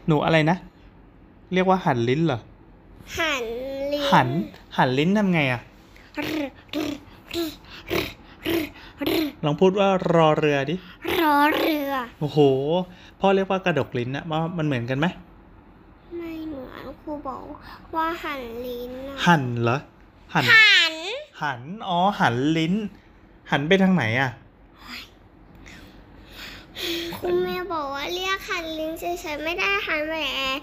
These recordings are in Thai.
หนูอะไรนะเรียกว่าหันลิ้นเหรอหันลิ้นหันลิ้นทำไงอะลองพูดว่ารอเรือดิรอเรือโอ้โหพ่อเรียกว่ากระดกลิ้นอะมันเหมือนกันไหมไม่เหมือนครูบอกว่าหันลิ้นหันเหรอหันอ๋อหันลิ้นหันไปทางไหนอะคุณแม่บอกว่าเรียกหันลิ้นเฉยๆไม่ได้หันไป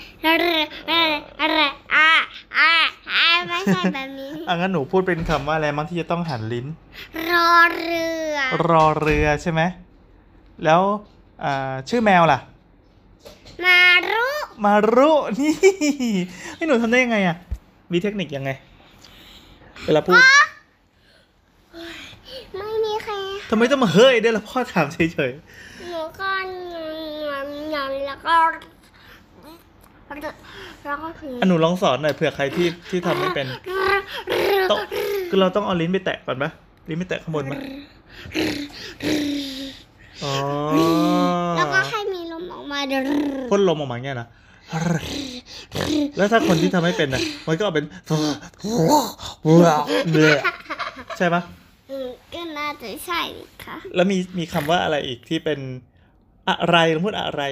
ไม่ใช่แบบนี้งั้นหนูพูดเป็นคำว่าอะไรมั้งที่จะต้องหันลิ้นรอเรือใช่ไหมแล้วชื่อแมวล่ะมารุนี่ให้หนูทำได้ยังไงอะมีเทคนิคยังไงเวลาพูดไม่มีใครทำไมต้องมาเฮ้ยด้วยล่ะพ่อถามเฉยๆหนูก็แล้วก็ถึงหนูลองสอนหน่อยเผื่อใครที่ทำไม่เป็นคือเราต้องเอาลิ้นไปแตะก่อนปะลิ้นไปแตะข้างบนปะอ๋อแล้วก็ให้มีลมออกมาพ่นลมออกมาเงี้ยนะแล้วถ้าคนที่ทำไม่เป็นนะมันก็เป็นใช่ปะก็น่าจะใช่ค่ะแล้วมีคำว่าอะไรอีกที่เป็นอะไรลองพูดอะไร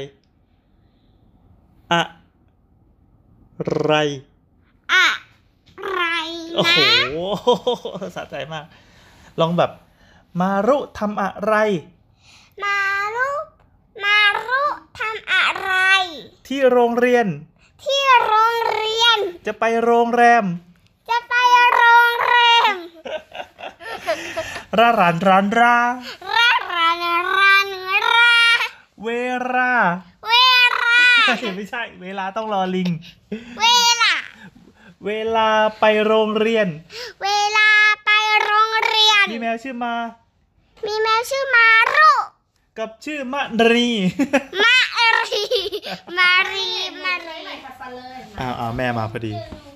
โอ้โหสะใจมากลองแบบมารุทำอะไรมารุทำอะไรที่โรงเรียนจะไปโรงแรมร้านเวลาไม่ใช่เวลาต้องรอลิงเวลาไปโรงเรียนมีแมวชื่อมารุกับชื่อมะรีมารีแม่มาพอดี